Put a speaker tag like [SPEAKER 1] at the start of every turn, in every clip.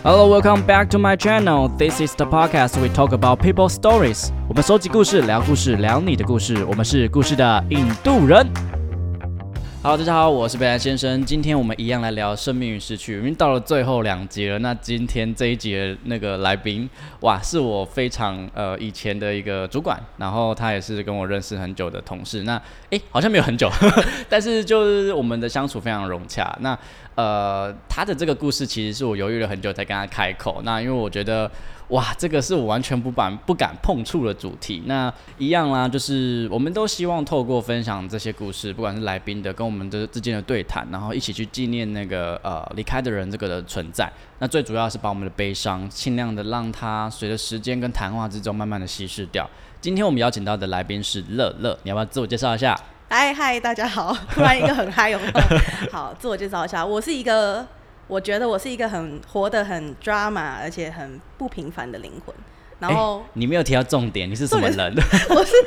[SPEAKER 1] Hello, welcome back to my channel. This is the podcast we talk about people stories. 我们收集故事，聊故事，聊你的故事。我们是故事的印度人。Hello， 大家好，我是贝兰先生。今天我们一样来聊生命与逝去，已经到了最后2集了。那今天这一集的那个来宾，哇，是我非常以前的一个主管，然后他也是跟我认识很久的同事。那好像没有很久，但是就是我们的相处非常融洽。那他的这个故事其实是我犹豫了很久才跟他开口。那因为我觉得，哇，这个是我完全不敢碰触的主题。那一样啦，就是我们都希望透过分享这些故事，不管是来宾的跟我们之间的对谈，然后一起去纪念那个离开的人这个的存在。那最主要是把我们的悲伤尽量的让它随着时间跟谈话之中慢慢的稀释掉。今天我们邀请到的来宾是乐乐，你要不要自我介绍一下？
[SPEAKER 2] 嗨，大家好！突然一个很嗨，有没有？好，自我介绍一下，我觉得我是一个活得很 drama， 而且很不平凡的灵魂。然后
[SPEAKER 1] 你没有提到重点，你是什么人？
[SPEAKER 2] 我是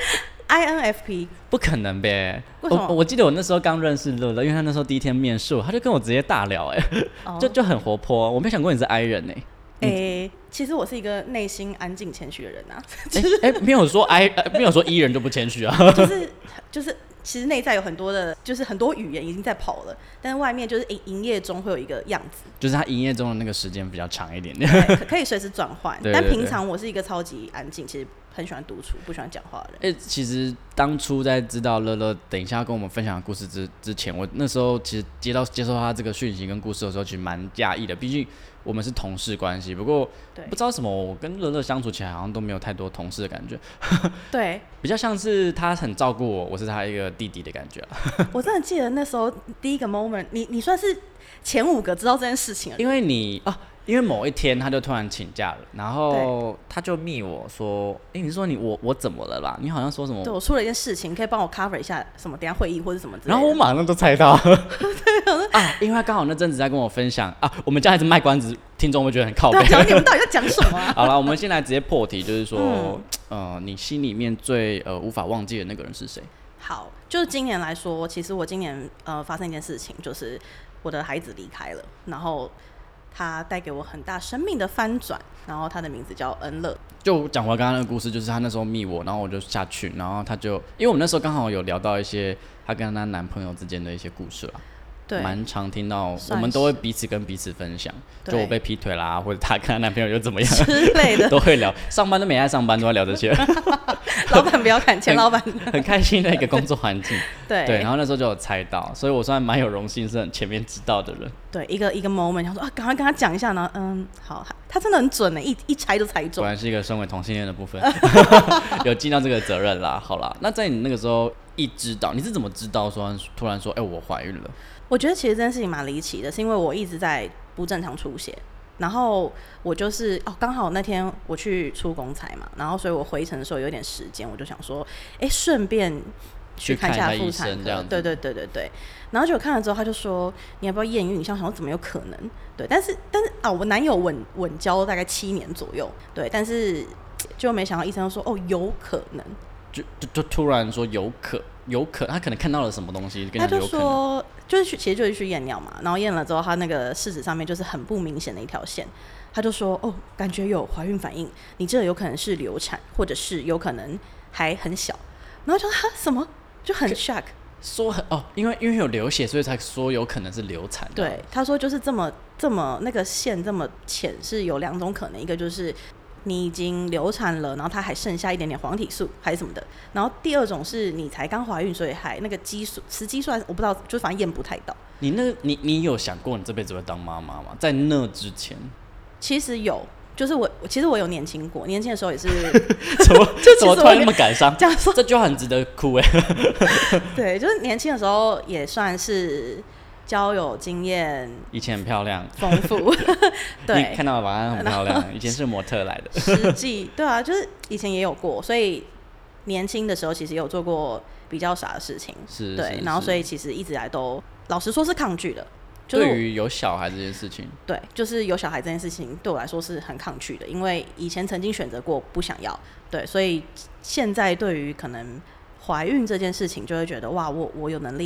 [SPEAKER 2] INFP。
[SPEAKER 1] 不可能呗！
[SPEAKER 2] 为什么？
[SPEAKER 1] 我记得我那时候刚认识乐乐，因为他那时候第一天面试，他就跟我直接大聊，就很活泼。我没想过你是 I 人
[SPEAKER 2] 其实我是一个内心安静谦虚的人啊。
[SPEAKER 1] 没有说 没有说 E 人就不谦虚啊。
[SPEAKER 2] 就是。其实内在有很多的，就是很多语言已经在跑了，但是外面就是营业中会有一个样子，
[SPEAKER 1] 就是他营业中的那个时间比较长一点点，
[SPEAKER 2] 可以随时转换。但平常我是一个超级安静，其实很喜欢独处，不喜欢讲话的人。
[SPEAKER 1] 其实当初在知道乐乐等一下要跟我们分享的故事之前，我那时候其实接收他这个讯息跟故事的时候，其实蛮讶异的，毕竟我们是同事关系。不过不知道什么，我跟乐乐相处起来好像都没有太多同事的感觉。
[SPEAKER 2] 对，
[SPEAKER 1] 比较像是他很照顾我，我是他一个弟弟的感觉。
[SPEAKER 2] 我真的记得那时候第一个 moment， 你算是前5个知道这件事情了。
[SPEAKER 1] 因为某一天他就突然请假了，然后他就密我说：“你是说我怎么了啦？你好像说什么？
[SPEAKER 2] 对，我出了一件事情，可以帮我 cover 一下什么？等一下会议或者什么之类的。”
[SPEAKER 1] 然后我马上都猜到因为他刚好那阵子在跟我分享我们家还是卖关子，听众会觉得很靠北。
[SPEAKER 2] 对，你们到底在讲什么
[SPEAKER 1] 好了，我们先来直接破题，就是说，你心里面最无法忘记的那个人是谁？
[SPEAKER 2] 好，就是今年来说，其实我今年发生一件事情，就是我的孩子离开了，然后他带给我很大生命的翻转，然后他的名字叫恩乐。
[SPEAKER 1] 就讲回刚刚那个故事，就是他那时候密我，然后我就下去，然后他就因为我们那时候刚好有聊到一些他跟他男朋友之间的一些故事啦。对，蛮常听到，我们都会彼此跟彼此分享，就我被劈腿啦，或者她跟她男朋友又怎么样
[SPEAKER 2] 之类的，
[SPEAKER 1] 都会聊。上班都没爱上班，都在聊这些。
[SPEAKER 2] 老板不要砍钱，老板
[SPEAKER 1] 很开心的一个工作环境。
[SPEAKER 2] 对，
[SPEAKER 1] 然后那时候就有猜到，所以我算蛮有荣幸，是很前面知道的人。
[SPEAKER 2] 对，一个 moment， 他说赶快跟他讲一下呢。好，他真的很准的，一猜就猜中。
[SPEAKER 1] 果然是一个身为同性恋的部分，有尽到这个责任啦。好啦，那在你那个时候一知道，你是怎么知道说突然说，我怀孕了？
[SPEAKER 2] 我觉得其实这件事情蛮离奇的，是因为我一直在不正常出血，然后我就是刚好那天我去出公差嘛，然后所以我回程的时候有点时间，我就想说，顺便去看一下妇产科，对，然后结果看了之后，他就说你要不要验孕？想说怎么有可能？对，但是我男友稳交大概7年左右，对，但是就没想到医生说有可能。
[SPEAKER 1] 就突然说有可，他可能看到了什么东西，跟
[SPEAKER 2] 他就说其实就是去验尿嘛，然后验了之后，他那个试纸上面就是很不明显的一条线，他就说感觉有怀孕反应，你这有可能是流产，或者是有可能还很小，然后就说什么就很 shock，
[SPEAKER 1] 说因为有流血，所以才说有可能是流产。
[SPEAKER 2] 对，他说就是这么那个线这么浅，是有2种可能，一个就是你已经流产了，然后它还剩下一点点黄体素还是什么的，然后第2种是你才刚怀孕，所以还那个雌激素我不知道，就反正验不太到。
[SPEAKER 1] 你有想过你这辈子会当妈妈吗？在那之前，
[SPEAKER 2] 其实有，就是其实我有年轻过，年轻的时候也是
[SPEAKER 1] 怎么突然那么感伤？这就很值得哭
[SPEAKER 2] 对，就是年轻的时候也算是交友经验，
[SPEAKER 1] 以前很漂亮，
[SPEAKER 2] 丰富。对，
[SPEAKER 1] 你看到晚安很漂亮，以前是模特来的。
[SPEAKER 2] 实际对啊，就是以前也有过，所以年轻的时候其实有做过比较傻的事情，对，然后所以其实一直来都老实说是抗拒的。
[SPEAKER 1] 对于有小孩这件事情，
[SPEAKER 2] 对，就是有小孩这件事情对我来说是很抗拒的，因为以前曾经选择过不想要，对，所以现在对于可能怀孕这件事情，就会觉得哇，我有能力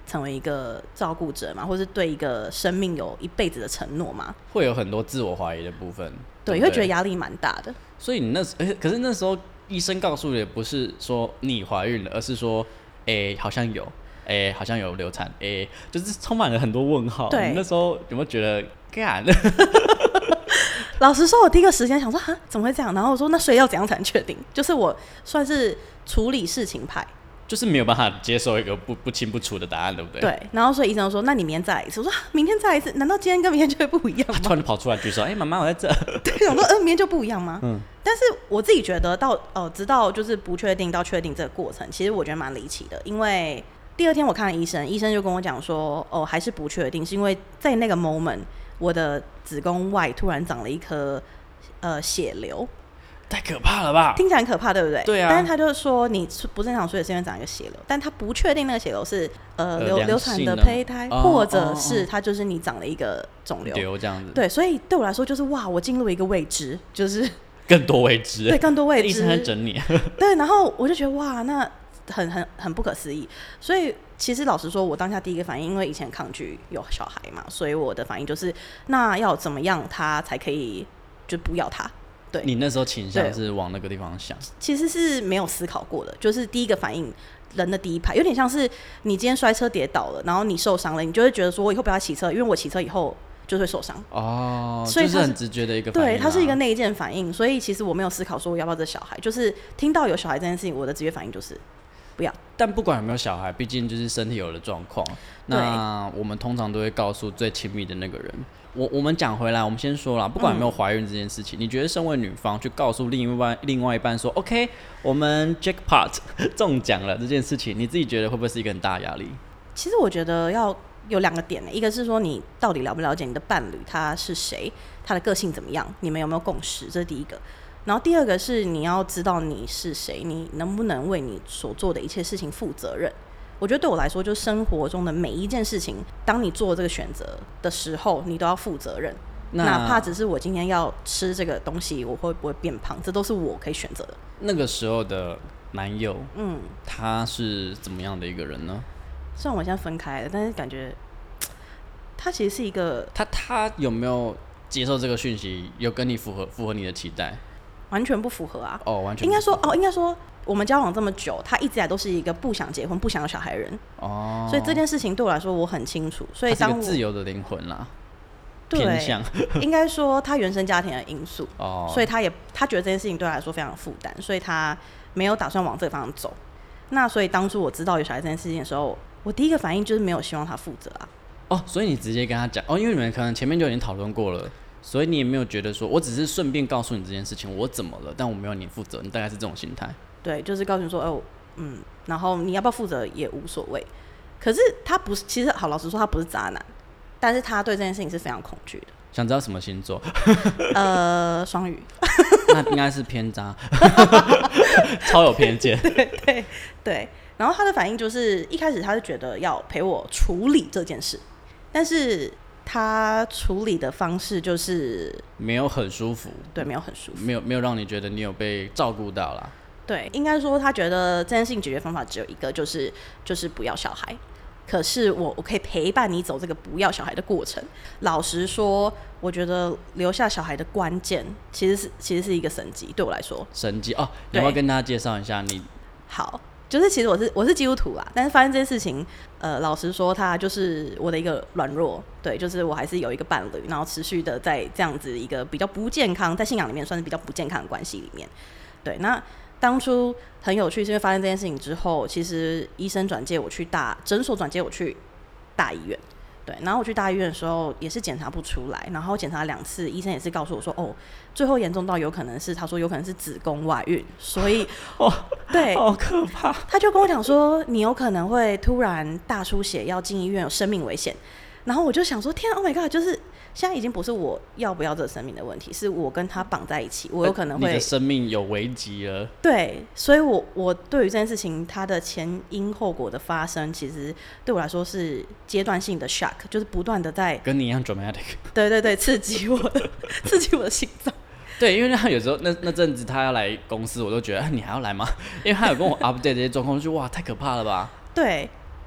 [SPEAKER 2] 成为一个照顾者嘛，或是对一个生命有一辈子的承诺嘛，
[SPEAKER 1] 会有很多自我怀疑的部分。
[SPEAKER 2] 对，
[SPEAKER 1] 对，
[SPEAKER 2] 会觉得压力蛮大的。
[SPEAKER 1] 所以你可是那时候医生告诉你的不是说你怀孕了，而是说，好像有，好像有流产，就是充满了很多问号。
[SPEAKER 2] 对，
[SPEAKER 1] 你那时候有没有觉得干？
[SPEAKER 2] 老实说，我第一个时间想说，哈，怎么会这样？然后我说，那所以要怎样才能确定？就是我算是处理事情派。
[SPEAKER 1] 就是没有办法接受一个不清不楚的答案，对不对？
[SPEAKER 2] 对，然后所以医生说：“那你明天再来一次。”我说：“明天再来一次，难道今天跟明天就会不一样吗？”
[SPEAKER 1] 他突然就跑出来举手：“妈妈，我在这。”
[SPEAKER 2] 对，我说：“明天就不一样吗？”但是我自己觉得直到就是不确定到确定这个过程，其实我觉得蛮离奇的，因为第二天我看了医生，医生就跟我讲说：“还是不确定，是因为在那个 moment 我的子宫外突然长了一颗血瘤。”
[SPEAKER 1] 太可怕了吧！
[SPEAKER 2] 听起来很可怕，对不对？
[SPEAKER 1] 对啊。
[SPEAKER 2] 但是他就说你不正常，所以是因为长一个血瘤，但他不确定那个血瘤是流产的胚胎，或者是它就是你长了一个肿瘤
[SPEAKER 1] 这样子。
[SPEAKER 2] 对，所以对我来说就是哇，我进入一个未知，就是
[SPEAKER 1] 更多未知。
[SPEAKER 2] 对，更多未知。
[SPEAKER 1] 医生在整你。
[SPEAKER 2] 对，然后我就觉得哇，那很不可思议。所以其实老实说，我当下第一个反应，因为以前抗拒有小孩嘛，所以我的反应就是，那要怎么样他才可以就不要他。对，
[SPEAKER 1] 你那时候倾向是往那个地方想，
[SPEAKER 2] 其实是没有思考过的，就是第一个反应，人的第一排，有点像是你今天摔车跌倒了，然后你受伤了，你就会觉得说，我以后不要骑车，因为我骑车以后就会受伤。所以
[SPEAKER 1] 就是很直觉的一个反应。
[SPEAKER 2] 对，它是一个内建反应，所以其实我没有思考说我要不要这小孩，就是听到有小孩这件事情，我的直觉反应就是不要。
[SPEAKER 1] 但不管有没有小孩，毕竟就是身体有了状况，那我们通常都会告诉最亲密的那个人。我们讲回来，我们先说啦，不管有没有怀孕这件事情，你觉得身为女方去告诉另外一半说 ，OK， 我们 jackpot 中奖了这件事情，你自己觉得会不会是一个很大的压力？
[SPEAKER 2] 其实我觉得要有两个点，一个是说你到底了不了解你的伴侣他是谁，他的个性怎么样，你们有没有共识，这是第一个。然后第二个是你要知道你是谁，你能不能为你所做的一切事情负责任。我觉得对我来说，就是生活中的每一件事情，当你做这个选择的时候，你都要负责任。哪怕只是我今天要吃这个东西，我会不会变胖，这都是我可以选择的。
[SPEAKER 1] 那个时候的男友，他是怎么样的一个人呢？
[SPEAKER 2] 虽然我现在分开了，但是感觉他其实是一个
[SPEAKER 1] 他有没有接受这个讯息？有跟你符合你的期待？
[SPEAKER 2] 完全不符合啊！
[SPEAKER 1] 完全
[SPEAKER 2] 应该说，我们交往这么久，他一直以来都是一个不想结婚、不想有小孩的人。所以这件事情对我来说我很清楚。所以
[SPEAKER 1] 他是一个自由的灵魂啦，
[SPEAKER 2] 偏向应该说他原生家庭的因素。所以他觉得这件事情对他来说非常有负担，所以他没有打算往这个方向走。那所以当初我知道有小孩这件事情的时候，我第一个反应就是没有希望他负责啊。
[SPEAKER 1] 所以你直接跟他讲因为你们可能前面就已经讨论过了。所以你也没有觉得说，我只是顺便告诉你这件事情，我怎么了，但我没有你负责，你大概是这种心态。
[SPEAKER 2] 对，就是告诉你说，然后你要不要负责也无所谓。可是他不是，其实好老实说，他不是渣男，但是他对这件事情是非常恐惧的。
[SPEAKER 1] 想知道什么星座？
[SPEAKER 2] 双鱼。
[SPEAKER 1] 那应该是偏渣，超有偏见。
[SPEAKER 2] 对。然后他的反应就是一开始他是觉得要陪我处理这件事，但是他处理的方式就是
[SPEAKER 1] 没有很舒服。
[SPEAKER 2] 对，没有很舒服，
[SPEAKER 1] 没有让你觉得你有被照顾到啦。
[SPEAKER 2] 对，应该说他觉得这件事情解决方法只有一个，就是不要小孩。可是我可以陪伴你走这个不要小孩的过程。老实说，我觉得留下小孩的关键其实是一个神迹，对我来说。
[SPEAKER 1] 神迹哦，你要不要跟大家介绍一下你？
[SPEAKER 2] 好，就是其实我是基督徒啦，但是发生这件事情，老实说，它就是我的一个软弱。对，就是我还是有一个伴侣，然后持续的在这样子一个比较不健康，在信仰里面算是比较不健康的关系里面。对，那当初很有趣，是因为发生这件事情之后，其实医生诊所转接我去大医院。对，然后我去大医院的时候也是检查不出来，然后检查2次，医生也是告诉我说，最后严重到有可能是，他说有可能是子宫外孕，所以对，
[SPEAKER 1] 好可怕。
[SPEAKER 2] 他就跟我讲说，你有可能会突然大出血，要进医院，有生命危险。然后我就想说，天啊 ，Oh my God， 就是现在已经不是我要不要这个生命的问题，是我跟他绑在一起，我有可能会
[SPEAKER 1] 你的生命有危机了。对，
[SPEAKER 2] 所以我对于这件事情它的前因后果的发生，其实对我来说是阶段性的 shock， 就是不断的在
[SPEAKER 1] 跟你一样 dramatic。
[SPEAKER 2] 对，刺激我的心脏。
[SPEAKER 1] 对，因为他有时候那阵子他要来公司，我都觉得你还要来吗？因为他有跟我 update 这些状况，就哇太可怕了吧。
[SPEAKER 2] 对。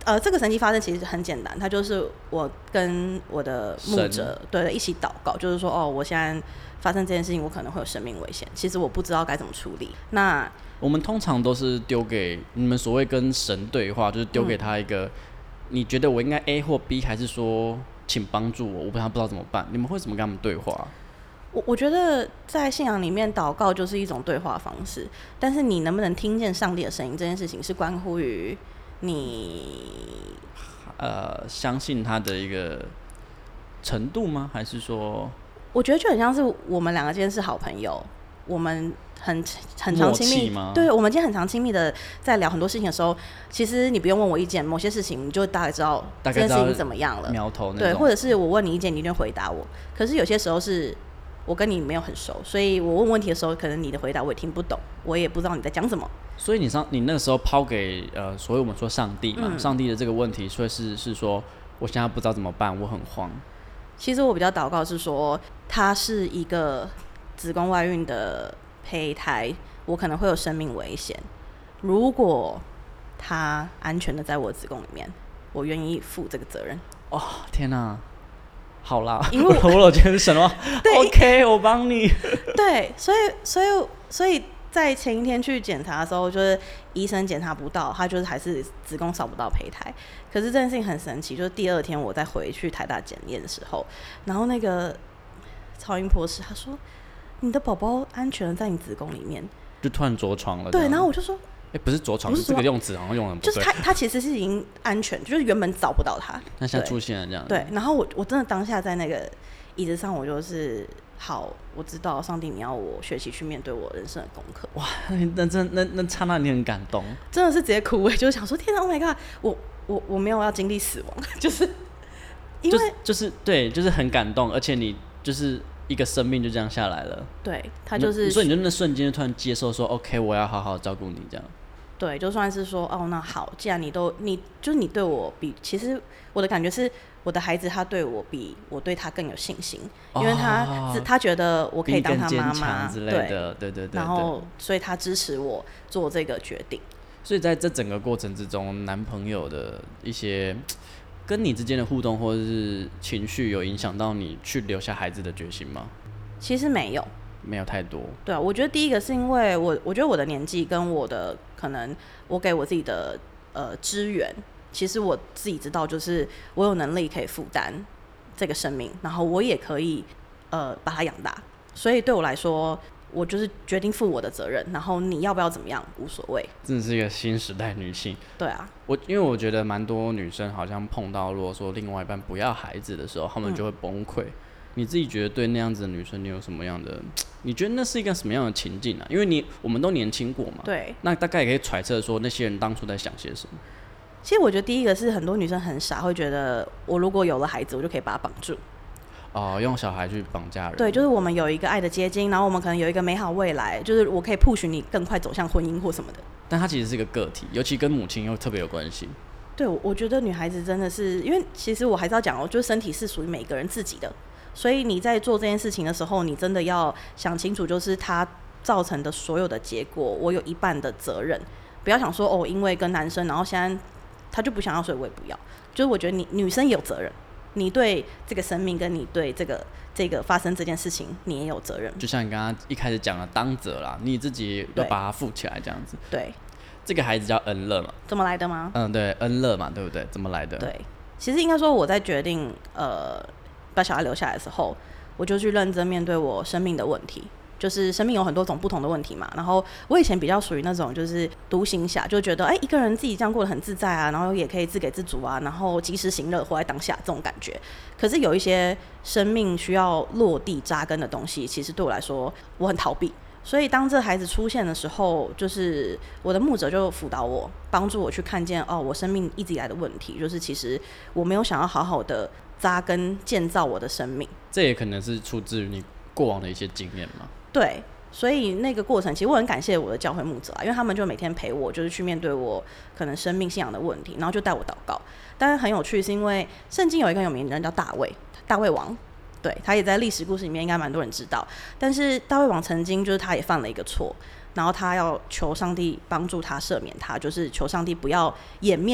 [SPEAKER 2] 这个神迹发生其实很简单，它就是我跟我的牧者对一起祷告，就是说我现在发生这件事情，我可能会有生命危险，其实我不知道该怎么处理。那
[SPEAKER 1] 我们通常都是丢给你们所谓跟神对话，就是丢给他一个，你觉得我应该 A 或 B， 还是说请帮助我，我不知道怎么办？你们会怎么跟他们对话？
[SPEAKER 2] 我觉得在信仰里面祷告就是一种对话方式，但是你能不能听见上帝的声音这件事情是关乎于你
[SPEAKER 1] 相信他的一个程度吗？还是说？
[SPEAKER 2] 我觉得就很像是我们两个今天是好朋友，我们很常亲密吗？对，我们今天很常亲密的在聊很多事情的时候，其实你不用问我意见，某些事情你就大概知道这件事情怎么样了，
[SPEAKER 1] 苗头那种。
[SPEAKER 2] 对，或者是我问你意见，你一定回答我。可是有些时候是我跟你没有很熟，所以我问问题的时候，可能你的回答我也听不懂，我也不知道你在讲什么。
[SPEAKER 1] 所以你那个时候抛给所谓我们说上帝嘛，上帝的这个问题，所以是说我现在不知道怎么办，我很慌。
[SPEAKER 2] 其实我比较祷告是说，他是一个子宫外孕的胚胎，我可能会有生命危险。如果他安全的在我子宫里面，我愿意负这个责任。
[SPEAKER 1] 哦，天哪！好啦，
[SPEAKER 2] 因为
[SPEAKER 1] 我有精神哦。OK， 我帮你。
[SPEAKER 2] 对，所以在前一天去检查的时候，就是医生检查不到，他就是还是子宫扫不到胚胎。可是这件事情很神奇，就是第二天我再回去台大检验的时候，然后那个超音波师他说：“你的宝宝安全的在你子宫里面。”
[SPEAKER 1] 就突然着床了。
[SPEAKER 2] 对，然后我就说：“
[SPEAKER 1] 不是着床，是这个用词好像用的不对。”
[SPEAKER 2] 就是他其实是已经安全，就是原本找不到他，
[SPEAKER 1] 那现在出现了这样。
[SPEAKER 2] 对，然后我真的当下在那个椅子上，我就是好，我知道上帝你要我学习去面对我人生的功课。
[SPEAKER 1] 哇，那刹那你很感动，
[SPEAKER 2] 真的是直接哭就是想说天哪 ，Oh my god， 我没有要经历死亡，就是因为
[SPEAKER 1] 就是对，就是很感动，而且你就是一个生命就这样下来了。
[SPEAKER 2] 对，他就是
[SPEAKER 1] 所以你就那瞬间就突然接受说 ，OK， 我要好好照顾你这样。
[SPEAKER 2] 对，就算是说那好，既然你就是你对我比，其实我的感觉是我的孩子他对我比我对他更有信心，因为他觉得我可以当他妈妈
[SPEAKER 1] 之类的，对，
[SPEAKER 2] 然后所以他支持我做这个决定。
[SPEAKER 1] 所以在这整个过程之中，男朋友的一些跟你之间的互动或者是情绪，有影响到你去留下孩子的决心吗？
[SPEAKER 2] 其实没有太多。对啊，我觉得第一个是因为我觉得我的年纪跟我的可能我给我自己的资源，其实我自己知道，就是我有能力可以负担这个生命，然后我也可以把它养大，所以对我来说，我就是决定负我的责任，然后你要不要怎么样无所谓。
[SPEAKER 1] 真的是一个新时代女性。
[SPEAKER 2] 对啊，
[SPEAKER 1] 因为我觉得蛮多女生好像碰到如果说另外一半不要孩子的时候，她们就会崩溃。你自己觉得对那样子的女生，你有什么样的？你觉得那是一个什么样的情境啊？因为我们都年轻过嘛，
[SPEAKER 2] 对，
[SPEAKER 1] 那大概也可以揣测说那些人当初在想些什么。
[SPEAKER 2] 其实我觉得第一个是很多女生很傻，会觉得我如果有了孩子，我就可以把他绑住。
[SPEAKER 1] 用小孩去绑架人。
[SPEAKER 2] 对，就是我们有一个爱的结晶，然后我们可能有一个美好未来，就是我可以 push 你更快走向婚姻或什么的。
[SPEAKER 1] 但它其实是一个个体，尤其跟母亲又特别有关系。
[SPEAKER 2] 对，我觉得女孩子真的是，因为其实我还是要讲就是身体是属于每个人自己的，所以你在做这件事情的时候，你真的要想清楚，就是它造成的所有的结果，我有一半的责任。不要想说因为跟男生，然后现在他就不想要，所以我也不要。就是我觉得女生也有责任，你对这个生命跟你对这个发生这件事情，你也有责任。
[SPEAKER 1] 就像你刚刚一开始讲的当责啦，你自己要把它负起来这样子。
[SPEAKER 2] 对，
[SPEAKER 1] 这个孩子叫恩乐嘛？
[SPEAKER 2] 怎么来的吗？
[SPEAKER 1] 对，恩乐嘛，对不对？怎么来的？
[SPEAKER 2] 对，其实应该说我在决定把小孩留下来的时候，我就去认真面对我生命的问题。就是生命有很多种不同的问题嘛，然后我以前比较属于那种就是独行侠，就觉得一个人自己这样过得很自在啊，然后也可以自给自足啊，然后及时行乐，活在当下这种感觉。可是有一些生命需要落地扎根的东西，其实对我来说我很逃避。所以当这孩子出现的时候，就是我的牧者就辅导我，帮助我去看见我生命一直以来的问题，就是其实我没有想要好好的扎根建造我的生命。
[SPEAKER 1] 这也可能是出自于你过往的一些经验嘛。
[SPEAKER 2] 对，所以那个过程其实我很感谢我的教会牧者因为他们就每天陪我，就是去面对我可能生命信仰的问题，然后就带我祷告。但是很有趣是因为圣经有一个有名的人叫大卫王，对，他也在历史故事里面应该蛮多人知道。但是大卫王曾经就是他也犯了一个错，然后他要求上帝帮助他赦免他，就是求上帝不要掩面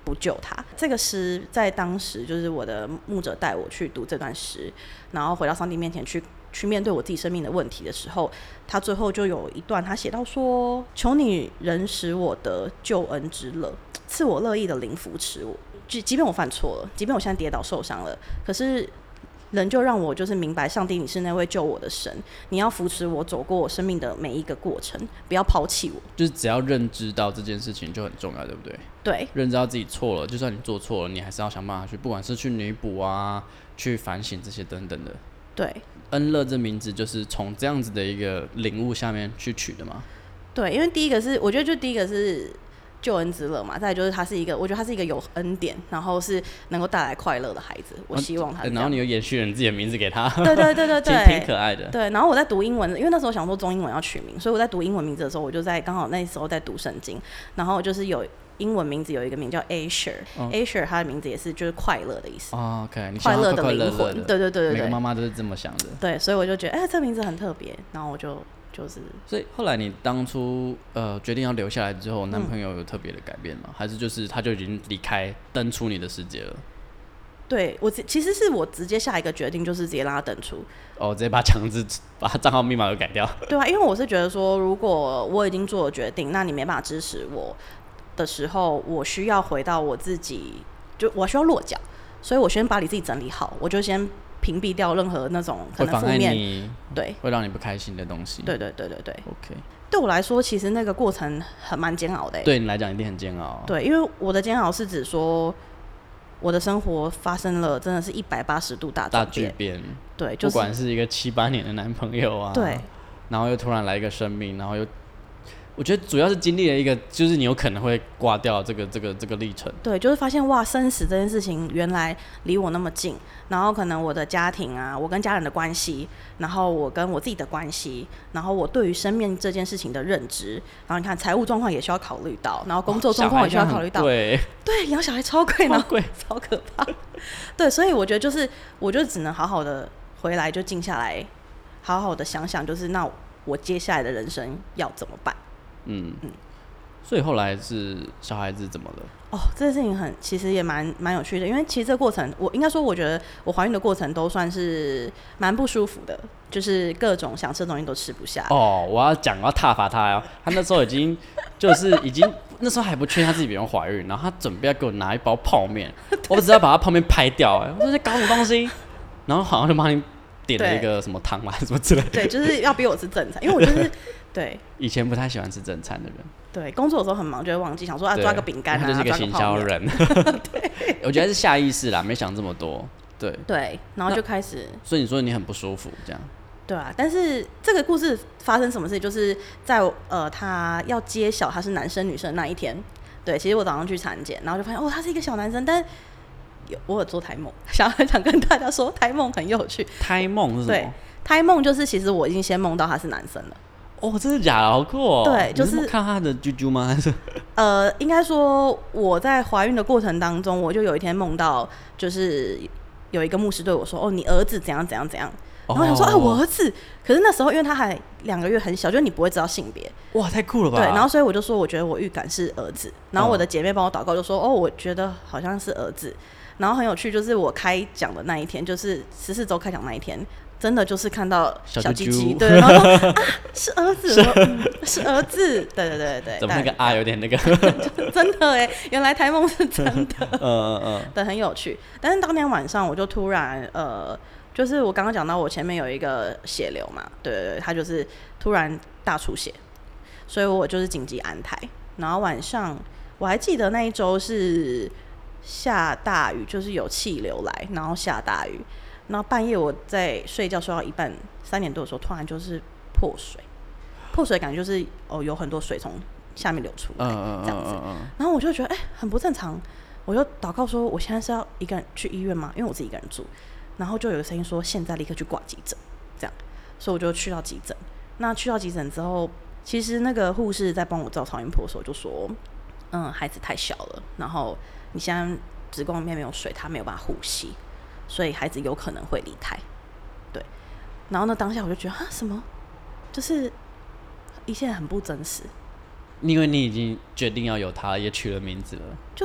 [SPEAKER 2] 不救他。这个诗在当时就是我的牧者带我去读这段诗，然后回到上帝面前去面对我自己生命的问题的时候，他最后就有一段他写到说，求你仍使我得救恩之乐，赐我乐意的灵扶持我，即便我犯错了，即便我现在跌倒受伤了，可是人就让我就是明白，上帝你是那位救我的神，你要扶持我走过我生命的每一个过程，不要抛弃我。
[SPEAKER 1] 就是只要认知到这件事情就很重要，对不对？
[SPEAKER 2] 对，
[SPEAKER 1] 认知到自己错了，就算你做错了，你还是要想办法去，不管是去弥补啊，去反省这些等等的。
[SPEAKER 2] 对，
[SPEAKER 1] 恩乐这名字就是从这样子的一个领悟下面去取的吗？
[SPEAKER 2] 对，因为第一个是我觉得就第一个是救恩之乐嘛，再来就是他是一个，我觉得他是一个有恩典，然后是能够带来快乐的孩子。我希望他是这样。
[SPEAKER 1] 然后你又延续了你自己的名字给他，
[SPEAKER 2] 对对对对对，
[SPEAKER 1] 挺可爱的。
[SPEAKER 2] 对，然后我在读英文，因为那时候想说中英文要取名，所以我在读英文名字的时候，我就在刚好那时候在读圣经，然后就是有英文名字有一个名叫 Asher，Asher 他的名字也是就是快乐的意思。
[SPEAKER 1] 哦 OK， 你
[SPEAKER 2] 快乐
[SPEAKER 1] 的
[SPEAKER 2] 灵魂，对对对对对，
[SPEAKER 1] 每个妈妈都是这么想的。
[SPEAKER 2] 对，所以我就觉得，这名字很特别，然后我就是。
[SPEAKER 1] 所以后来你当初决定要留下来之后，男朋友有特别的改变吗？还是就是他就已经离开登出你的世界了？
[SPEAKER 2] 对，其实是我直接下一个决定，就是直接让他登出。
[SPEAKER 1] 直接把强制把他账号密码都改掉。
[SPEAKER 2] 对啊，因为我是觉得说，如果我已经做了决定，那你没办法支持我的时候，我需要回到我自己，就我需要落脚，所以我先把你自己整理好，我就先屏蔽掉任何那种可能负面，对，
[SPEAKER 1] 会让你不开心的东西。
[SPEAKER 2] 对对对对对。
[SPEAKER 1] OK，
[SPEAKER 2] 对我来说，其实那个过程蛮煎熬的。
[SPEAKER 1] 对你来讲一定很煎熬。
[SPEAKER 2] 对，因为我的煎熬是指说，我的生活发生了真的是180度大巨变。对，就是、
[SPEAKER 1] 不管是一个7、8年的男朋友啊，
[SPEAKER 2] 对，
[SPEAKER 1] 然后又突然来一个生命，然后又。我觉得主要是经历了一个，就是你有可能会挂掉这个历程。
[SPEAKER 2] 对，就是发现哇，生死这件事情原来离我那么近，然后可能我的家庭啊，我跟家人的关系，然后我跟我自己的关系，然后我对于生命这件事情的认知，然后你看财务状况也需要考虑到，然后工作状况也需要考虑到。
[SPEAKER 1] 对，
[SPEAKER 2] 养小孩超贵，超贵，超可怕。对，所以我觉得我就只能好好的回来，就静下来，好好的想想，就是那我接下来的人生要怎么办？
[SPEAKER 1] 所以后来是小孩子怎么了？
[SPEAKER 2] 这件事情其实也蛮有趣的，因为其实这个过程，我应该说，我觉得我怀孕的过程都算是蛮不舒服的，就是各种想吃的东西都吃不下。
[SPEAKER 1] 我要挞伐他哦，他那时候已经那时候还不确定他自己不用怀孕，然后他准备要给我拿一包泡面，我只要把他泡面拍掉，我说在搞什么东西，然后好像就帮你点了一个什么汤嘛，什么之类的。
[SPEAKER 2] 对，就是要逼我吃正餐，因为我就是对
[SPEAKER 1] 以前不太喜欢吃正餐的人。
[SPEAKER 2] 对，工作的时候很忙，就会忘记想说抓个饼干啊，
[SPEAKER 1] 他就是一个行销人。对，我觉得是下意识啦，没想这么多。对，
[SPEAKER 2] 然后就开始。
[SPEAKER 1] 所以你说你很不舒服，这样。
[SPEAKER 2] 对啊，但是这个故事发生什么事，就是在他要揭晓他是男生女生的那一天。对，其实我早上去产检，然后就发现他是一个小男生，但我有做胎梦，想跟大家说，胎梦很有趣。
[SPEAKER 1] 胎梦是什么？
[SPEAKER 2] 对，胎梦就是其实我已经先梦到他是男生了。
[SPEAKER 1] 真的假的？好酷哦！
[SPEAKER 2] 对，就是
[SPEAKER 1] 你是看他的啾啾吗？还是
[SPEAKER 2] 应该说我在怀孕的过程当中，我就有一天梦到，就是有一个牧师对我说：“你儿子怎样怎样怎样。”然后我想说：“我儿子。”可是那时候因为他还2个月，很小，就是你不会知道性别。
[SPEAKER 1] 哇，太酷了吧！
[SPEAKER 2] 对，然后所以我就说，我觉得我预感是儿子。然后我的姐妹帮我祷告，就说：“我觉得好像是儿子。”然后很有趣，就是我开讲的那一天，就是14周开讲那一天。真的就是看到小鸡鸡，对，然后说是儿子，是儿子，对，
[SPEAKER 1] 怎么那个有点那个，
[SPEAKER 2] 真的原来台梦是真的，对，很有趣。但是当天晚上我就突然就是我刚刚讲到我前面有一个血流嘛，对，他就是突然大出血，所以我就是紧急安胎。然后晚上我还记得那一周是下大雨，就是有气流来，然后下大雨。然后半夜我在睡觉睡到一半3点多的时候，突然就是破水感觉就是有很多水从下面流出来这样子。然后我就觉得很不正常，我就祷告说我现在是要一个人去医院吗？因为我自己一个人住。然后就有个声音说现在立刻去挂急诊，这样，所以我就去到急诊。那去到急诊之后，其实那个护士在帮我照超音波的时候就说，孩子太小了，然后你现在子宫里面没有水，他没有办法呼吸。所以孩子有可能会离开，对。然后呢，当下我就觉得什么，就是一切很不真实。
[SPEAKER 1] 因为你已经决定要有他，也取了名字了。
[SPEAKER 2] 就是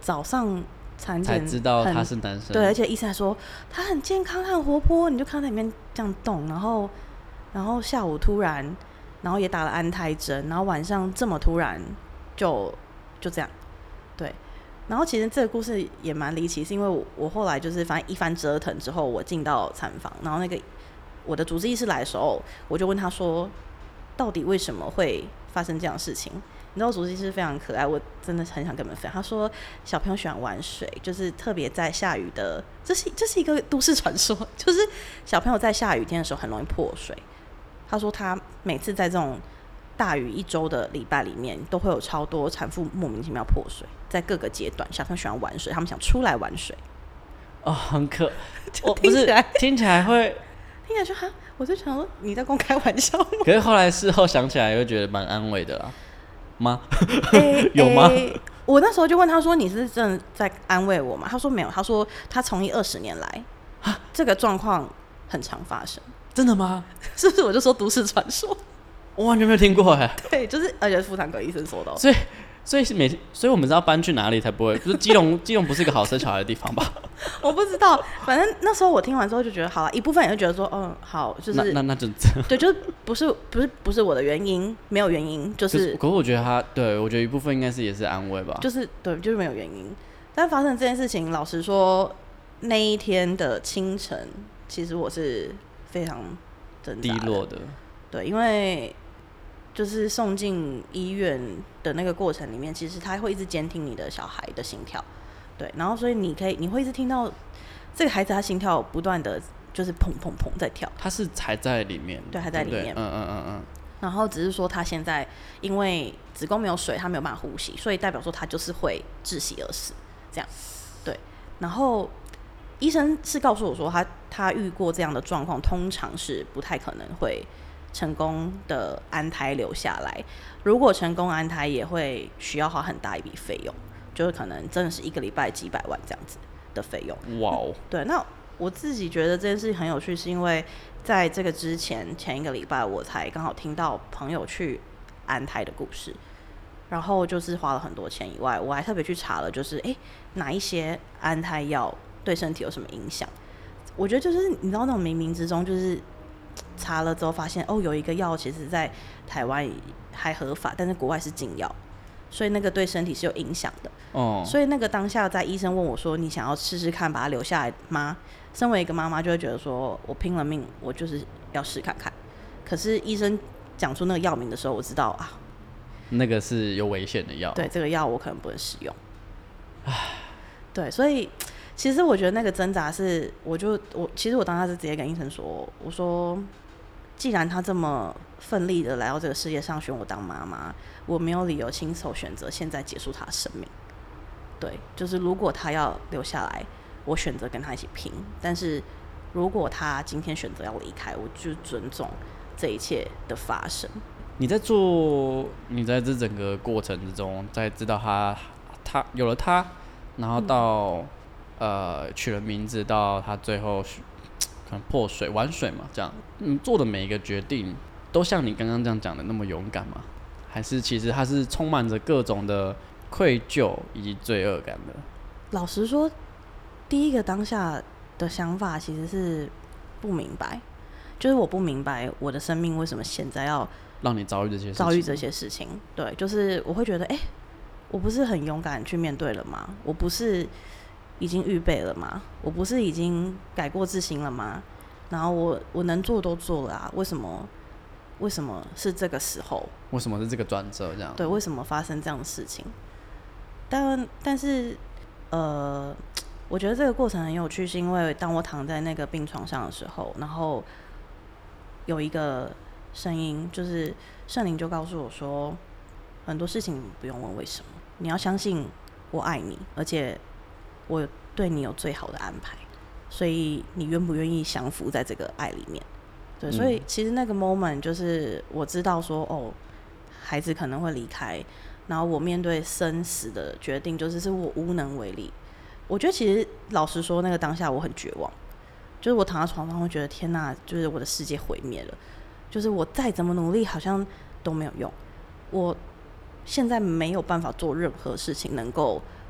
[SPEAKER 2] 早上产检
[SPEAKER 1] 才知道他是男生，
[SPEAKER 2] 对，而且医生还说他很健康，他很活泼，你就看他里面这样动，然后下午突然，然后也打了安胎针，然后晚上这么突然就这样，对。然后其实这个故事也蛮离奇，是因为我后来就是反正一番折腾之后，我进到产房，然后那个我的主治医师来的时候，我就问他说，到底为什么会发生这样的事情？你知道主治医师非常可爱，我真的很想跟你们分享。他说小朋友喜欢玩水，就是特别在下雨的，这是一个都市传说，就是小朋友在下雨天的时候很容易破水。他说他每次在这种大雨1周的礼拜里面，都会有超多产妇莫名其妙破水，在各个阶段，小朋友喜欢玩水，他们想出来玩水。
[SPEAKER 1] 哦，很可，
[SPEAKER 2] 听起来
[SPEAKER 1] 听起来会，
[SPEAKER 2] 听起来就哈，我就想说你在跟我开玩笑吗？
[SPEAKER 1] 可是后来事后想起来，又觉得蛮安慰的啦。吗？有吗？
[SPEAKER 2] 我那时候就问他说：“你是真的在安慰我吗？”他说没有，他说他从医20年来，这个状况很常发生。
[SPEAKER 1] 真的吗？
[SPEAKER 2] 是不是？我就说都市传说，
[SPEAKER 1] 我完全没有听过哎。
[SPEAKER 2] 对，就是而且是妇产科医生说的。
[SPEAKER 1] 所以我们知道搬去哪里才不会，就是基隆不是一个好生小孩的地方吧？
[SPEAKER 2] 我不知道，反正那时候我听完之后就觉得，好了，一部分也会觉得说，好，就是
[SPEAKER 1] 那就
[SPEAKER 2] 对，就是不是我的原因，没有原因，就是。
[SPEAKER 1] 可是我觉得我觉得一部分应该是也是安慰吧。
[SPEAKER 2] 就是对，就是没有原因。但发生这件事情，老实说，那一天的清晨，其实我是非常挣扎的
[SPEAKER 1] 低落的。
[SPEAKER 2] 对，因为就是送进医院的那个过程里面，其实他会一直监听你的小孩的心跳，对，然后所以你会一直听到这个孩子他心跳不断的就是砰砰砰在跳，
[SPEAKER 1] 他是还在里面，
[SPEAKER 2] 对，还在里面，
[SPEAKER 1] 嗯。
[SPEAKER 2] 然后只是说他现在因为子宫没有水，他没有办法呼吸，所以代表说他就是会窒息而死，这样，对。然后医生是告诉我说他遇过这样的状况，通常是不太可能会成功的安胎留下来，如果成功安胎也会需要花很大一笔费用，就是可能真的是1个礼拜几百万这样子的费用。
[SPEAKER 1] 哇哦！
[SPEAKER 2] 对，那我自己觉得这件事情很有趣，是因为在这个之前1个礼拜我才刚好听到朋友去安胎的故事，然后就是花了很多钱以外，我还特别去查了，就是哪一些安胎药对身体有什么影响？我觉得就是你知道那种冥冥之中就是查了之后发现，有一个药其实在台湾还合法，但是国外是禁药，所以那个对身体是有影响的。所以那个当下在医生问我说你想要试试看把它留下来吗？身为一个妈妈就会觉得说我拼了命我就是要试看看，可是医生讲出那个药名的时候，我知道
[SPEAKER 1] 那个是有危险的药，
[SPEAKER 2] 对，这个药我可能不能使用。对，所以其实我觉得那个挣扎是，其实我当下是直接跟医生说，我说既然他这么奋力的来到这个世界上选我当妈妈，我没有理由亲手选择现在结束他的生命。对，就是如果他要留下来，我选择跟他一起拼，但是如果他今天选择要离开，我就尊重这一切的发生。
[SPEAKER 1] 你在这整个过程之中，在知道他有了他，然后到取了名字，到他最后可能破水玩水嘛，这样做的每一个决定都像你刚刚这样讲的那么勇敢吗？还是其实他是充满着各种的愧疚以及罪恶感的？
[SPEAKER 2] 老实说，第一个当下的想法其实是不明白，就是我不明白我的生命为什么现在要
[SPEAKER 1] 让你遭遇这些事情。
[SPEAKER 2] 对，就是我会觉得我不是很勇敢去面对了吗？我不是已经预备了吗？我不是已经改过自新了吗？然后我能做都做了啊，为什么是这个时候？
[SPEAKER 1] 为什么是这个转折这样？
[SPEAKER 2] 对，为什么发生这样的事情？但是我觉得这个过程很有趣，是因为当我躺在那个病床上的时候，然后有一个声音，就是圣灵就告诉我说，很多事情不用问为什么，你要相信我爱你，而且我对你有最好的安排，所以你愿不愿意降服在这个爱里面？对，所以其实那个 moment 就是我知道说，孩子可能会离开，然后我面对生死的决定，是我无能为力。我觉得其实老实说，那个当下我很绝望，就是我躺在床上会觉得天哪，就是我的世界毁灭了，就是我再怎么努力好像都没有用，我现在没有办法做任何事情能够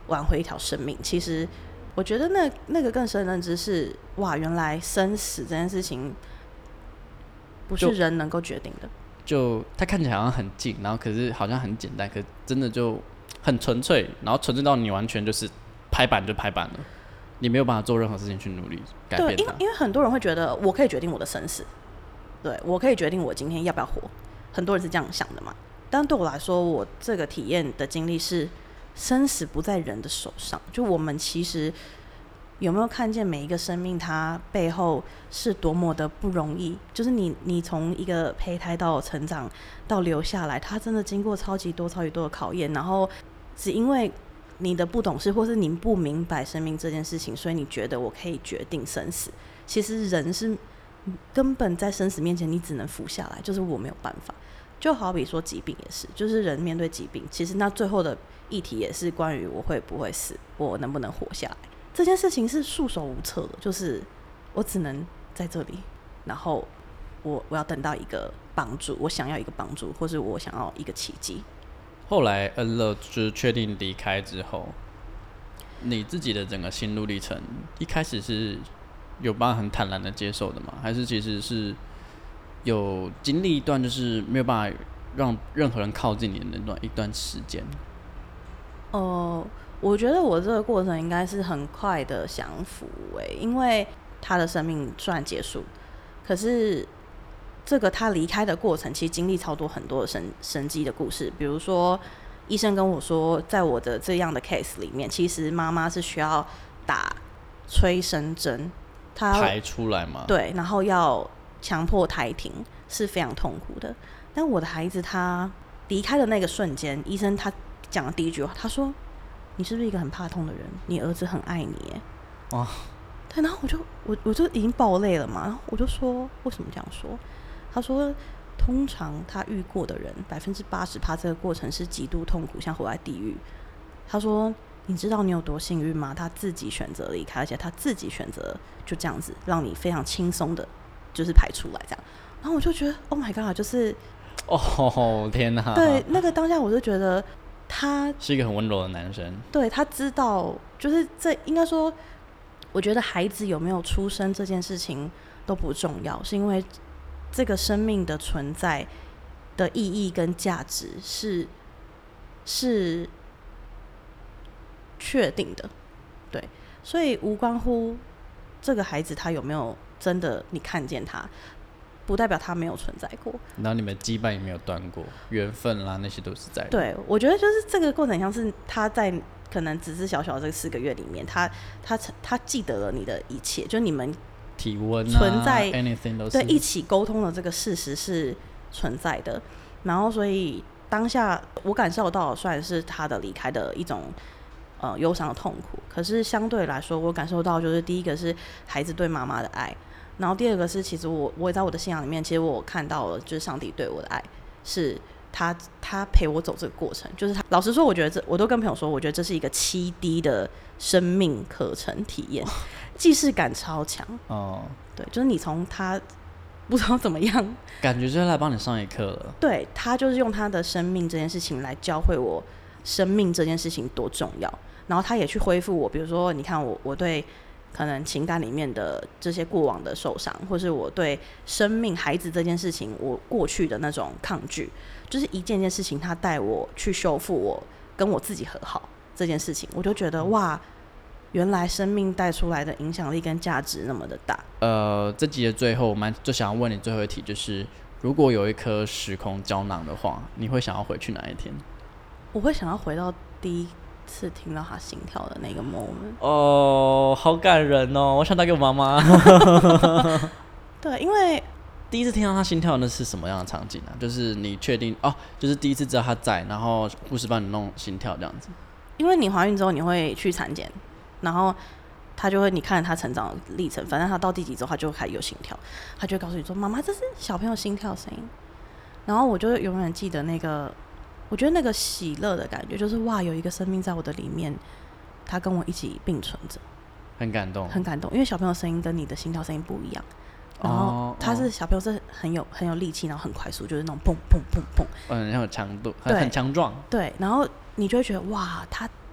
[SPEAKER 2] 挽回一条生命。其实我觉得那个更深的认知是，哇，原来生死这件事情不是人能够决定的。
[SPEAKER 1] 就它看起来好像很近，然后可是好像很简单，可真的就很纯粹，然后纯粹到你完全就是拍板就拍板了，你没有办法做任何事情去努力改变它。
[SPEAKER 2] 对，因为很多人会觉得我可以决定我的生死，对，我可以决定我今天要不要活，很多人是这样想的嘛。但对我来说，我这个体验的经历是生死不在人的手上，就我们其实有没有看见每一个生命它背后是多么的不容易，就是你从一个胚胎到成长到留下来，它真的经过超级多的考验，然后只因为你的不懂事或是你不明白生命这件事情，所以你觉得我可以决定生死。其实人是根本在生死面前你只能服下来，就是我没有办法。就好比说疾病也是，就是人面对疾病，其实那最后的议题也是关于我会不会死，我能不能活下来。这件事情是束手无策的，就是我只能在这里，然后我要等到一个帮助，我想要一个帮助，或是我想要一个奇迹。
[SPEAKER 1] 后来恩乐就是确定离开之后，你自己的整个心路历程，一开始是有办法很坦然的接受的吗？还是其实是有经历一段就是没有办法让任何人靠近你的一段时间？
[SPEAKER 2] 我觉得我这个过程应该是很快的降服因为他的生命虽然结束，可是这个他离开的过程其实经历超多很多的神迹的故事。比如说医生跟我说，在我的这样的 case 里面，其实妈妈是需要打催生针，她
[SPEAKER 1] 排出来吗？
[SPEAKER 2] 对，然后要强迫胎停，是非常痛苦的。但我的孩子他离开的那个瞬间，医生他讲的第一句话，他说：“你是不是一个很怕痛的人？你儿子很爱你耶。”
[SPEAKER 1] 哇！
[SPEAKER 2] 对，然后我就已经爆泪了嘛，然后我就说为什么这样说？他说通常他遇过的人80%这个过程是极度痛苦，像活在地狱。他说你知道你有多幸运吗？他自己选择离开，而且他自己选择就这样子让你非常轻松的，就是排出来这样。然后我就觉得 Oh my God， 就是
[SPEAKER 1] 天哪！
[SPEAKER 2] 对，那个当下我就觉得他
[SPEAKER 1] 是一个很温柔的男生。
[SPEAKER 2] 对，他知道，就是这应该说，我觉得孩子有没有出生这件事情都不重要，是因为这个生命的存在的意义跟价值是确定的，对，所以无关乎这个孩子他有没有真的你看见他，不代表他没有存在过，
[SPEAKER 1] 然后你们羁绊也没有断过，缘分啦那些都是在的。
[SPEAKER 2] 对，我觉得就是这个过程像是他在可能只是小小的这个4个月里面，他记得了你的一切，就你们
[SPEAKER 1] 体温啊
[SPEAKER 2] 存在
[SPEAKER 1] anything 都是
[SPEAKER 2] 对一起沟通的这个事实是存在的。然后所以当下我感受到虽然是他的离开的一种忧伤的痛苦，可是相对来说我感受到就是第一个是孩子对妈妈的爱，然后第二个是其实我也在我的信仰里面，其实我看到了就是上帝对我的爱，是他陪我走这个过程。就是他老实说，我觉得我都跟朋友说，我觉得这是一个7D 的生命课程体验，既视感超强。对，就是你从他不知道怎么样，
[SPEAKER 1] 感觉就是来帮你上一课了。
[SPEAKER 2] 对，他就是用他的生命这件事情来教会我生命这件事情多重要，然后他也去恢复我，比如说你看我对可能情感里面的这些过往的受伤，或是我对生命孩子这件事情我过去的那种抗拒，就是一件件事情他带我去修复我跟我自己和好这件事情，我就觉得哇，原来生命带出来的影响力跟价值那么的大。
[SPEAKER 1] 这集的最后我们就想要问你最后一题，就是如果有一颗时空胶囊的话，你会想要回去哪一天？
[SPEAKER 2] 我会想要回到第一次听到他心跳的那个 moment。
[SPEAKER 1] 好感人哦！我想打给我妈妈。
[SPEAKER 2] 对，因为
[SPEAKER 1] 第一次听到他心跳那是什么样的场景啊？就是你确定就是第一次知道他在，然后护士帮你弄心跳这样子。
[SPEAKER 2] 因为你怀孕之后你会去产检，然后他就会你看他成长的历程，反正他到第几周他就开始有心跳，他就会告诉你说：“妈妈，这是小朋友心跳声音。”然后我就永远记得那个。我觉得那个喜乐的感觉，就是哇，有一个生命在我的里面，他跟我一起并存着，
[SPEAKER 1] 很感动，
[SPEAKER 2] 很感动。因为小朋友声音跟你的心跳声音不一样，然后他是小朋友是很有力气，然后很快速，就是那种砰砰砰砰，
[SPEAKER 1] 很有强度，很强壮。
[SPEAKER 2] 对，然后你就会觉得哇，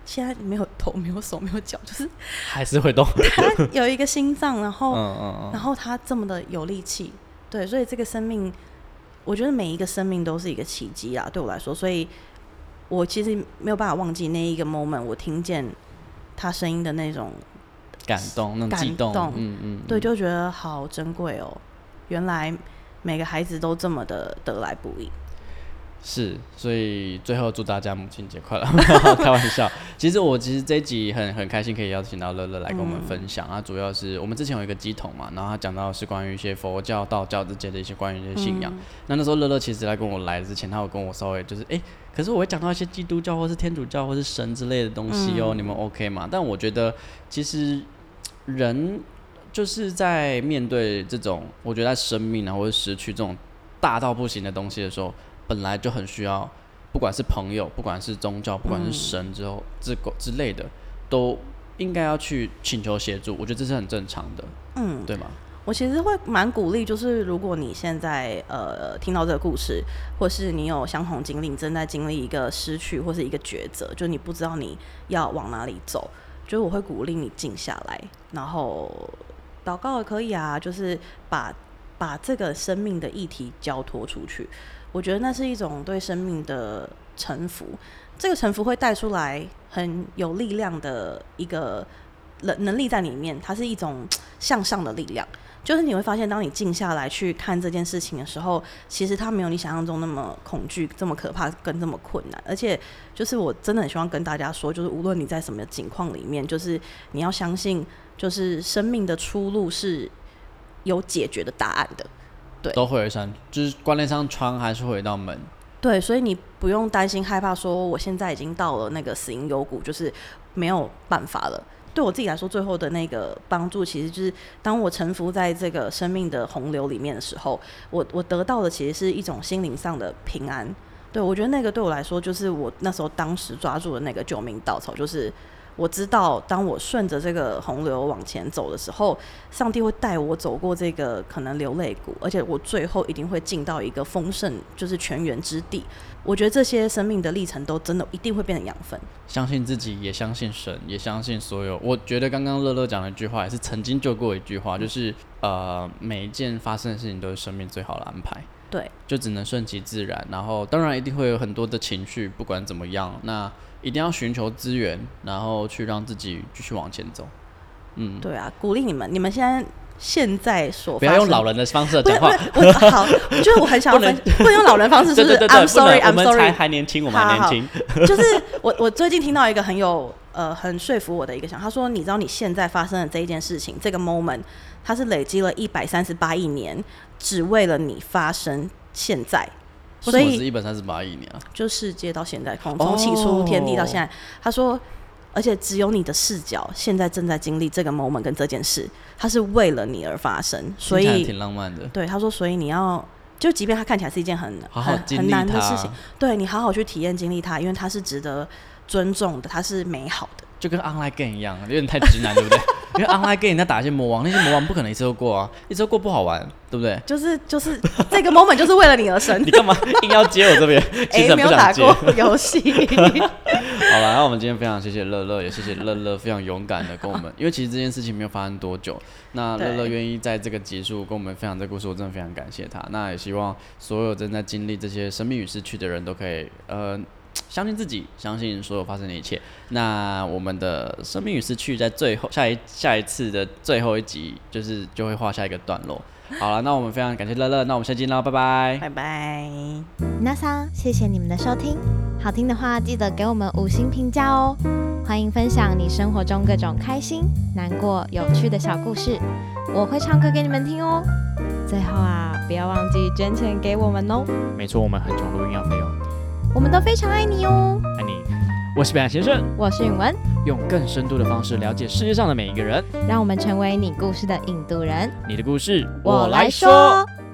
[SPEAKER 2] 现在没有头没有手没有脚，就是
[SPEAKER 1] 还是会动。
[SPEAKER 2] 他有一个心脏，然后他这么的有力气，对，所以这个生命，我觉得每一个生命都是一个奇迹啊，对我来说，所以我其实没有办法忘记那一个 moment， 我听见他声音的那种
[SPEAKER 1] 感动，那种激动，
[SPEAKER 2] 对，就觉得好珍贵哦。原来每个孩子都这么的得来不易。
[SPEAKER 1] 是，所以最后祝大家母亲节快乐！开玩笑，其实这一集很开心可以邀请到乐乐来跟我们分享啊。主要是我们之前有一个乩童嘛，然后他讲到是关于一些佛教、道教之间的一些关于一些信仰。那时候乐乐其实来跟我来之前，他有跟我稍微就是可是我会讲到一些基督教或是天主教或是神之类的东西哦，你们 OK 吗？但我觉得其实人就是在面对这种，我觉得在生命啊或者失去这种大到不行的东西的时候，本来就很需要，不管是朋友，不管是宗教，不管是神之类的，都应该要去请求协助。我觉得这是很正常的，对吗？
[SPEAKER 2] 我其实会蛮鼓励，就是如果你现在听到这个故事，或是你有相同经历，你正在经历一个失去或是一个抉择，就你不知道你要往哪里走，就是我会鼓励你静下来，然后祷告也可以啊，就是把这个生命的议题交托出去。我觉得那是一种对生命的臣服，这个臣服会带出来很有力量的一个能力在里面，它是一种向上的力量。就是你会发现，当你静下来去看这件事情的时候，其实它没有你想象中那么恐惧、这么可怕跟这么困难。而且，就是我真的很希望跟大家说，就是无论你在什么境况里面，就是你要相信，就是生命的出路是有解决的答案的。对，
[SPEAKER 1] 都会有一扇，就是关那扇窗还是会有一道门。
[SPEAKER 2] 对，所以你不用担心害怕说我现在已经到了那个死因幽谷，就是没有办法了。对我自己来说，最后的那个帮助其实就是当我臣服在这个生命的洪流里面的时候，我得到的其实是一种心灵上的平安。对，我觉得那个对我来说就是我那时候当时抓住的那个救命稻草，就是我知道当我顺着这个洪流往前走的时候，上帝会带我走过这个可能流泪谷，而且我最后一定会进到一个丰盛就是泉源之地。我觉得这些生命的历程都真的一定会变成养分。
[SPEAKER 1] 相信自己，也相信神，也相信所有。我觉得刚刚乐乐讲的一句话也是曾经就过一句话，就是每一件发生的事情都是生命最好的安排。
[SPEAKER 2] 对，
[SPEAKER 1] 就只能顺其自然，然后当然一定会有很多的情绪，不管怎么样，那一定要寻求资源，然后去让自己继续往前走。
[SPEAKER 2] 对啊，鼓励你们现在所
[SPEAKER 1] 不要用老人的方式讲话。
[SPEAKER 2] 好，就是我很想要不能用老人方式，是不是？
[SPEAKER 1] 对
[SPEAKER 2] I'm sorry，
[SPEAKER 1] 我们还年轻，我们还年轻。
[SPEAKER 2] 就是我最近听到一个很说服我的一个想法，他说，你知道你现在发生的这一件事情，这个 moment， 它是累积了138亿年，只为了你发生现在。
[SPEAKER 1] 为什么是138亿年啊？
[SPEAKER 2] 就世界到现在，从起初天地到现在，他说。而且只有你的视角现在正在经历这个 moment 跟这件事，它是为了你而发生，所以
[SPEAKER 1] 挺浪漫的。
[SPEAKER 2] 对，他说，所以你要就即便它看起来是一件很难的事情，对，你好好去体验经历它，因为它是值得尊重的，它是美好的。
[SPEAKER 1] 就跟 online game 一样，有点太直男，对不对？因为 online game 你在打一些魔王，那些魔王不可能一次都过啊，一次都过不好玩，对不对？
[SPEAKER 2] 就是这个 moment 就是为了你而生。
[SPEAKER 1] 你干嘛硬要接我这边？其实
[SPEAKER 2] 没有打过游戏。
[SPEAKER 1] 好了，那我们今天非常谢谢乐乐，也谢谢乐乐非常勇敢的跟我们，因为其实这件事情没有发生多久，那乐乐愿意在这个集数跟我们分享这个故事，我真的非常感谢他。那也希望所有正在经历这些生命与失去的人都可以相信自己，相信所有发生的一切。那我们的生命与失去在最后下一次的最后一集，就会画下一个段落。好了，那我们非常感谢乐乐，那我们下期见喽，拜拜，
[SPEAKER 2] 拜拜。
[SPEAKER 3] 皆さん，谢谢你们的收听，好听的话记得给我们5星评价哦。欢迎分享你生活中各种开心、难过、有趣的小故事，我会唱歌给你们听哦。最后啊，不要忘记捐钱给我们哦。
[SPEAKER 1] 没错，我们很穷，录音要费用。
[SPEAKER 3] 我们都非常爱你哦，
[SPEAKER 1] 爱你。我是北岸先生，
[SPEAKER 3] 我是允文，
[SPEAKER 1] 用更深度的方式了解世界上的每一个人，
[SPEAKER 3] 让我们成为你故事的引渡人。
[SPEAKER 1] 你的故事
[SPEAKER 3] 我来说。